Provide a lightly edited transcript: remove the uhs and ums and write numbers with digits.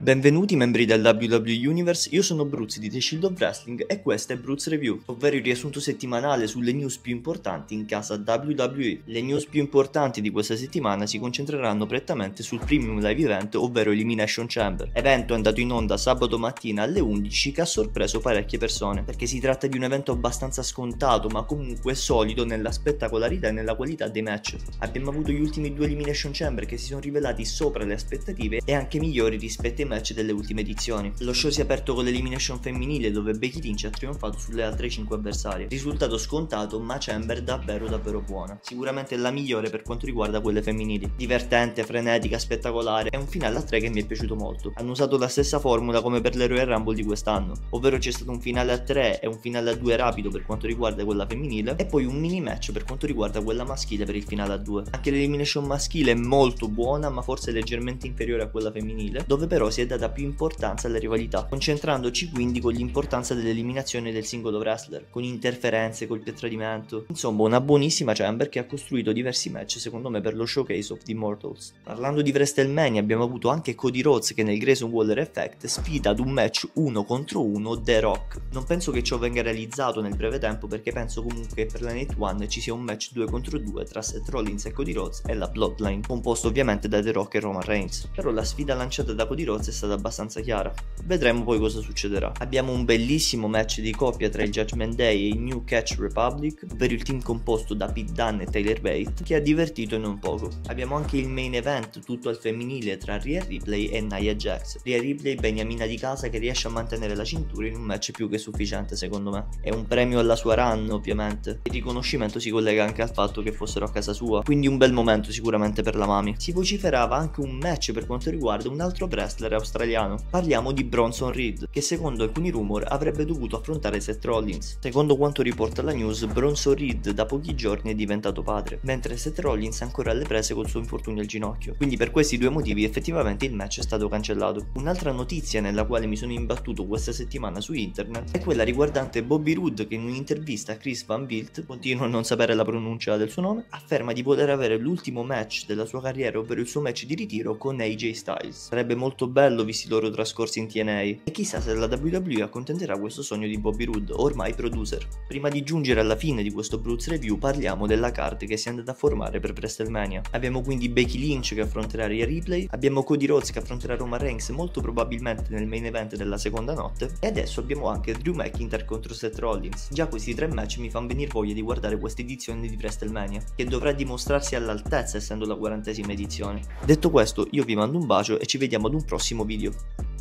Benvenuti membri del WWE Universe, io sono Bruz di The Shield of Wrestling e questa è Bruz Review, ovvero il riassunto settimanale sulle news più importanti in casa WWE. Le news più importanti di questa settimana si concentreranno prettamente sul Premium Live Event, ovvero Elimination Chamber, evento andato in onda sabato mattina alle 11 che ha sorpreso parecchie persone, perché si tratta di un evento abbastanza scontato ma comunque solido nella spettacolarità e nella qualità dei match. Abbiamo avuto gli ultimi due Elimination Chamber che si sono rivelati sopra le aspettative e anche migliori rispetto ai match delle ultime edizioni. Lo show si è aperto con l'elimination femminile dove Becky Lynch ha trionfato sulle altre 5 avversarie. Risultato scontato ma Chamber davvero buona. Sicuramente la migliore per quanto riguarda quelle femminili. Divertente, frenetica, spettacolare. È un finale a 3 che mi è piaciuto molto. Hanno usato la stessa formula come per le Royal Rumble di quest'anno, ovvero c'è stato un finale a 3 e un finale a 2 rapido per quanto riguarda quella femminile e poi un mini match per quanto riguarda quella maschile per il finale a 2. Anche l'elimination maschile è molto buona ma forse leggermente inferiore a quella femminile, dove però si è data più importanza alle rivalità, concentrandoci quindi con l'importanza dell'eliminazione del singolo wrestler, con interferenze, colpi a tradimento. Insomma, una buonissima Chamber che ha costruito diversi match secondo me per lo showcase of the Immortals. Parlando di WrestleMania abbiamo avuto anche Cody Rhodes che nel Grayson Waller Effect sfida ad un match 1 contro 1 The Rock. Non penso che ciò venga realizzato nel breve tempo perché penso comunque che per la Night 1 ci sia un match 2 contro 2 tra Seth Rollins e Cody Rhodes e la Bloodline, composto ovviamente da The Rock e Roman Reigns. Però la sfida lanciata da Cody Rhodes è stata abbastanza chiara. Vedremo poi cosa succederà. Abbiamo un bellissimo match di coppia tra il Judgment Day e il New Catch Republic, ovvero il team composto da Pete Dunne e Tyler Bate, che ha divertito non poco. Abbiamo anche il main event tutto al femminile tra Rhea Ripley e Nia Jax. Rhea Ripley, beniamina di casa che riesce a mantenere la cintura in un match più che sufficiente secondo me. È un premio alla sua run ovviamente. Il riconoscimento si collega anche al fatto che fossero a casa sua, quindi un bel momento sicuramente per la Mami. Si vociferava anche un match per quanto riguarda un altro wrestler australiano. Parliamo di Bronson Reed, che secondo alcuni rumor avrebbe dovuto affrontare Seth Rollins. Secondo quanto riporta la news, Bronson Reed da pochi giorni è diventato padre, mentre Seth Rollins è ancora alle prese col suo infortunio al ginocchio. Quindi per questi due motivi effettivamente il match è stato cancellato. Un'altra notizia nella quale mi sono imbattuto questa settimana su internet è quella riguardante Bobby Roode che in un'intervista a Chris Van Vliet, continuo a non sapere la pronuncia del suo nome, afferma di voler avere l'ultimo match della sua carriera, ovvero il suo match di ritiro con AJ Styles. Sarebbe molto bello visti i loro trascorsi in TNA e chissà se la WWE accontenterà questo sogno di Bobby Roode, ormai producer. Prima di giungere alla fine di questo Bruz Review parliamo della card che si è andata a formare per WrestleMania. Abbiamo quindi Becky Lynch che affronterà Rhea Ripley, abbiamo Cody Rhodes che affronterà Roman Reigns molto probabilmente nel main event della seconda notte e adesso abbiamo anche Drew McIntyre contro Seth Rollins. Già questi tre match mi fanno venire voglia di guardare questa edizione di WrestleMania, che dovrà dimostrarsi all'altezza essendo la 40esima edizione. Detto questo io vi mando un bacio e ci vediamo ad un prossimo video.